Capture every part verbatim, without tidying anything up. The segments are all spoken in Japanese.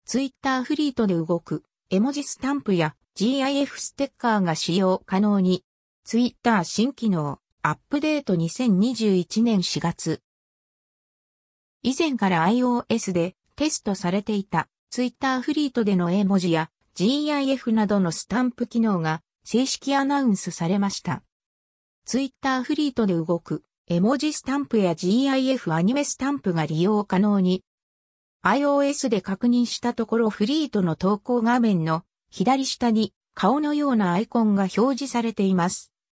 Twitter フリートで動く絵文字スタンプや ジーアイエフ ステッカーが使用可能に。Twitter 新機能アップデートにせんにじゅういちねんしがつ。以前から iOS でテストされていた Twitter フリートでの絵文字や ジーアイエフ などのスタンプ機能が正式アナウンスされました。Twitter フリートで動く絵文字スタンプや ジーアイエフ アニメスタンプが利用可能に。iOS で確認したところフリートの投稿画面の左下に顔のようなアイコンが表示されています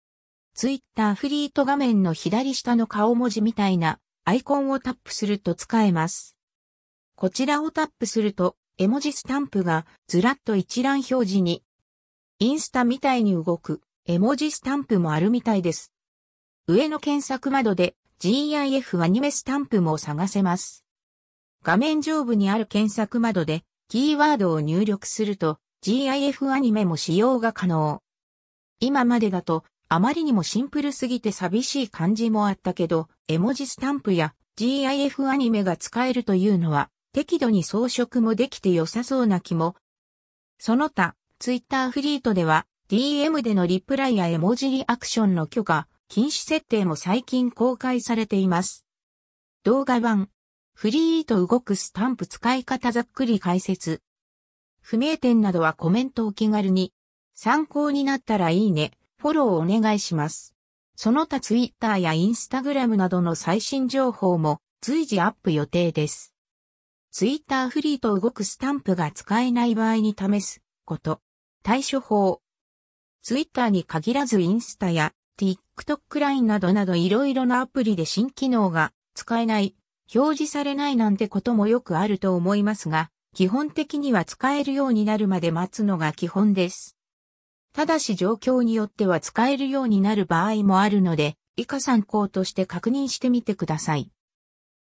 。Twitter フリート画面の左下の顔文字みたいなアイコンをタップすると使えます。こちらをタップすると絵文字スタンプがずらっと一覧表示に。インスタみたいに動く絵文字スタンプもあるみたいです。上の検索窓で ジーアイエフ アニメスタンプも探せます。画面上部にある検索窓でキーワードを入力すると ジーアイエフ アニメも使用が可能。今までだとあまりにもシンプルすぎて寂しい感じもあったけど、絵文字スタンプや ジーアイエフ アニメが使えるというのは適度に装飾もできて良さそうな気も。その他、Twitter フリートでは ディーエム でのリプライや絵文字リアクションの許可、禁止設定も最近公開されています。動画版。フリーと動くスタンプ使い方ざっくり解説。不明点などはコメントを気軽に。参考になったらいいね、フォローお願いします。その他 Twitter や Instagram などの最新情報も随時アップ予定です。Twitter フリーと動くスタンプが使えない場合に試すこと。対処法。Twitter に限らずインスタや TikTok ラインなどなどいろいろなアプリで新機能が使えない。表示されないなんてこともよくあると思いますが、基本的には使えるようになるまで待つのが基本です。ただし状況によっては使えるようになる場合もあるので、以下参考として確認してみてください。